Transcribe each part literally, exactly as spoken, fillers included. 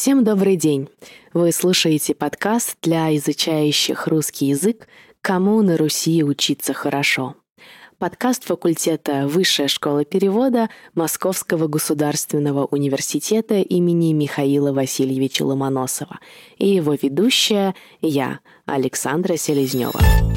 Всем добрый день! Вы слушаете подкаст для изучающих русский язык «Кому на Руси учиться хорошо». Подкаст факультета Высшая школа перевода Московского государственного университета имени Михаила Васильевича Ломоносова и его ведущая я, Александра Селезнева.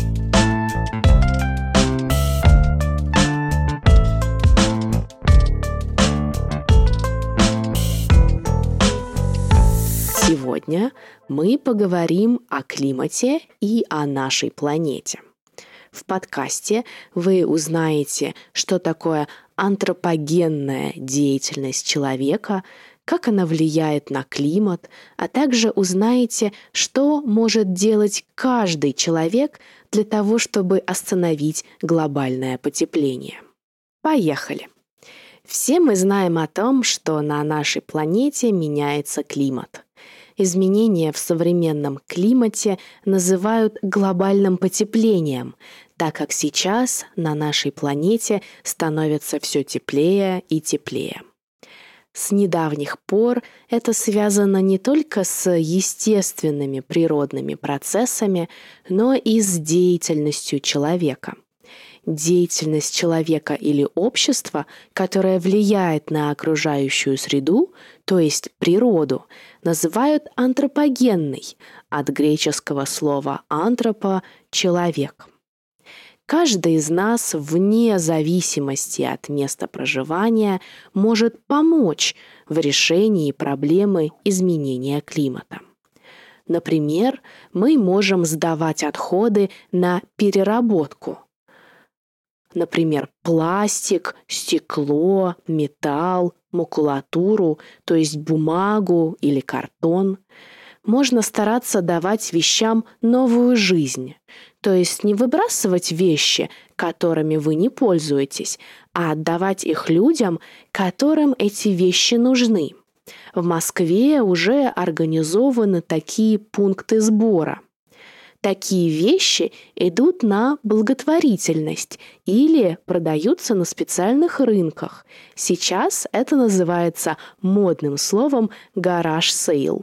Сегодня мы поговорим о климате и о нашей планете. В подкасте вы узнаете, что такое антропогенная деятельность человека, как она влияет на климат, а также узнаете, что может делать каждый человек для того, чтобы остановить глобальное потепление. Поехали! Все мы знаем о том, что на нашей планете меняется климат. Изменения в современном климате называют глобальным потеплением, так как сейчас на нашей планете становится все теплее и теплее. С недавних пор это связано не только с естественными природными процессами, но и с деятельностью человека. Деятельность человека или общества, которая влияет на окружающую среду, то есть природу, называют антропогенной, от греческого слова «антропо» – «человек». Каждый из нас, вне зависимости от места проживания, может помочь в решении проблемы изменения климата. Например, мы можем сдавать отходы на переработку. Например, пластик, стекло, металл, макулатуру, то есть бумагу или картон. Можно стараться давать вещам новую жизнь, то есть не выбрасывать вещи, которыми вы не пользуетесь, а отдавать их людям, которым эти вещи нужны. В Москве уже организованы такие пункты сбора. Такие вещи идут на благотворительность или продаются на специальных рынках. Сейчас это называется модным словом «гараж-сейл».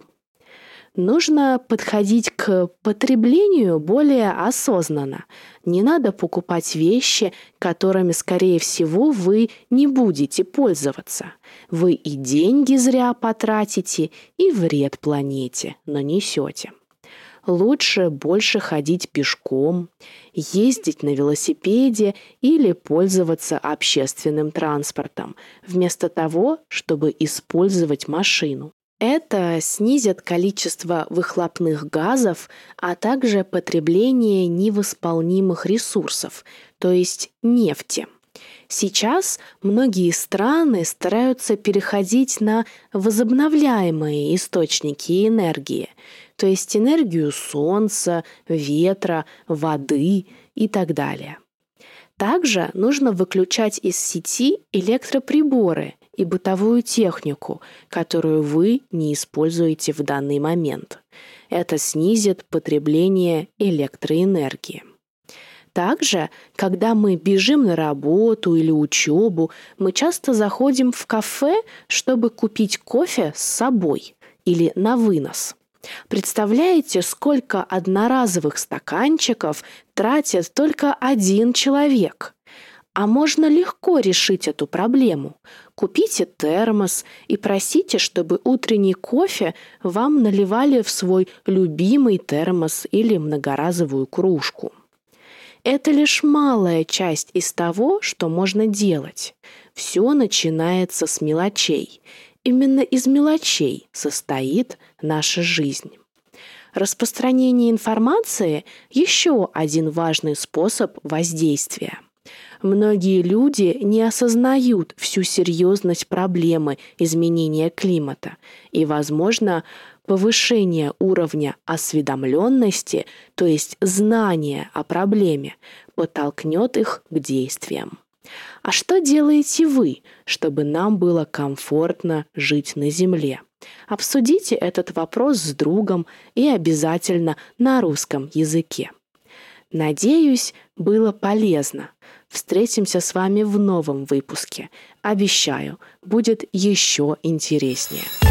Нужно подходить к потреблению более осознанно. Не надо покупать вещи, которыми, скорее всего, вы не будете пользоваться. Вы и деньги зря потратите, и вред планете нанесете. Лучше больше ходить пешком, ездить на велосипеде или пользоваться общественным транспортом, вместо того, чтобы использовать машину. Это снизит количество выхлопных газов, а также потребление невосполнимых ресурсов, то есть нефти. Сейчас многие страны стараются переходить на возобновляемые источники энергии, то есть энергию солнца, ветра, воды и так далее. Также нужно выключать из сети электроприборы и бытовую технику, которую вы не используете в данный момент. Это снизит потребление электроэнергии. Также, когда мы бежим на работу или учебу, мы часто заходим в кафе, чтобы купить кофе с собой или на вынос. Представляете, сколько одноразовых стаканчиков тратит только один человек? А можно легко решить эту проблему. Купите термос и просите, чтобы утренний кофе вам наливали в свой любимый термос или многоразовую кружку. Это лишь малая часть из того, что можно делать. Все начинается с мелочей. Именно из мелочей состоит наша жизнь. Распространение информации – еще один важный способ воздействия. Многие люди не осознают всю серьезность проблемы изменения климата и, возможно, повышение уровня осведомленности, то есть знания о проблеме, подтолкнет их к действиям. А что делаете вы, чтобы нам было комфортно жить на Земле? Обсудите этот вопрос с другом и обязательно на русском языке. Надеюсь, было полезно. Встретимся с вами в новом выпуске. Обещаю, будет еще интереснее.